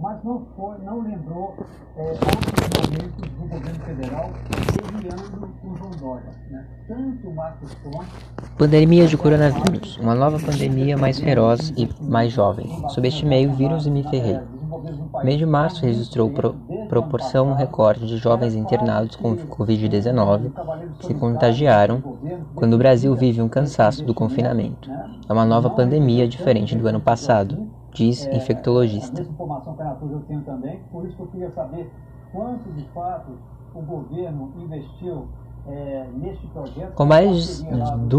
mas não lembrou outros momentos do governo federal guerreando com João Dória, né? Tanto o Marcos Pontes... Pandemia de coronavírus, uma nova pandemia mais feroz e mais jovem. Subestimei o vírus e me ferrei. Mês de março registrou proporção recorde de jovens internados com Covid-19 que se contagiaram, quando o Brasil vive um cansaço do confinamento. É uma nova pandemia diferente do ano passado, diz infectologista. Essa informação que a Natureza eu tenho também, por isso que eu queria saber quanto de fato o governo investiu neste projeto. Com mais de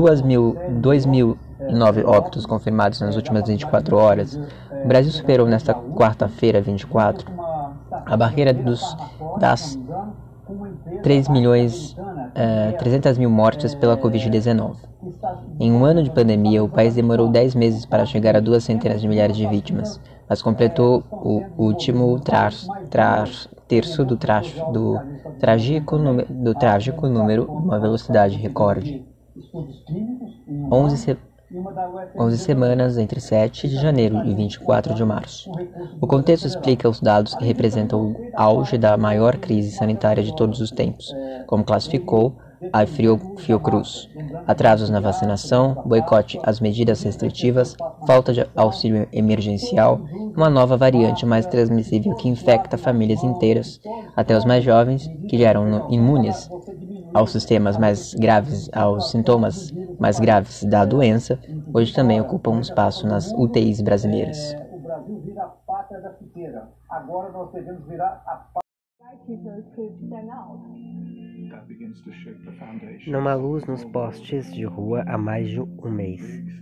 2.009 óbitos confirmados nas últimas 24 horas, o Brasil superou nesta quarta-feira, 24, a barreira das 3.300.000 mortes pela Covid-19. Em um ano de pandemia, o país demorou 10 meses para chegar a 2 centenas de milhares de vítimas, mas completou o último terço do trágico número numa velocidade recorde. 11 semanas entre 7 de janeiro e 24 de março. O contexto explica os dados que representam o auge da maior crise sanitária de todos os tempos, como classificou a Fiocruz. Atrasos na vacinação, boicote às medidas restritivas, falta de auxílio emergencial, uma nova variante mais transmissível que infecta famílias inteiras, até os mais jovens, que já eram imunes aos sintomas mais graves da doença, hoje também ocupam um espaço nas UTIs brasileiras. O Brasil vira a pátria da figueira. Agora nós devemos virar a Não há luz nos postes de rua há mais de um mês.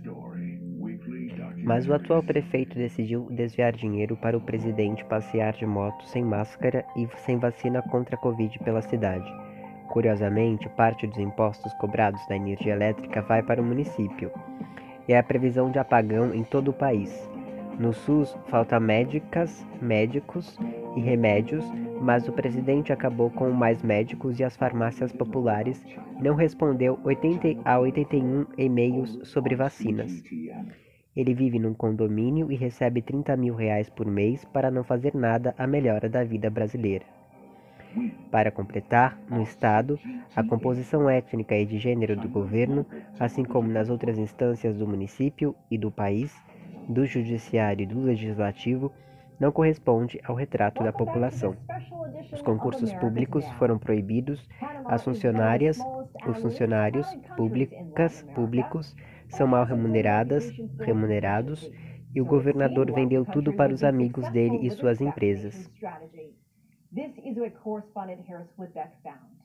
Mas o atual prefeito decidiu desviar dinheiro para o presidente passear de moto sem máscara e sem vacina contra a Covid pela cidade. Curiosamente, parte dos impostos cobrados da energia elétrica vai para o município. E há previsão de apagão em todo o país. No SUS, falta médicos e remédios, mas o presidente acabou com mais médicos e as farmácias populares e não respondeu a 81 e-mails sobre vacinas. Ele vive num condomínio e recebe R$30 mil por mês para não fazer nada à melhora da vida brasileira. Para completar, no Estado, a composição étnica e de gênero do governo, assim como nas outras instâncias do município e do país, do judiciário e do legislativo, não corresponde ao retrato da população. Os concursos públicos foram proibidos, os funcionários públicos são mal remunerados e o governador vendeu tudo para os amigos dele e suas empresas. This is what correspondent Harris Woodbeck found.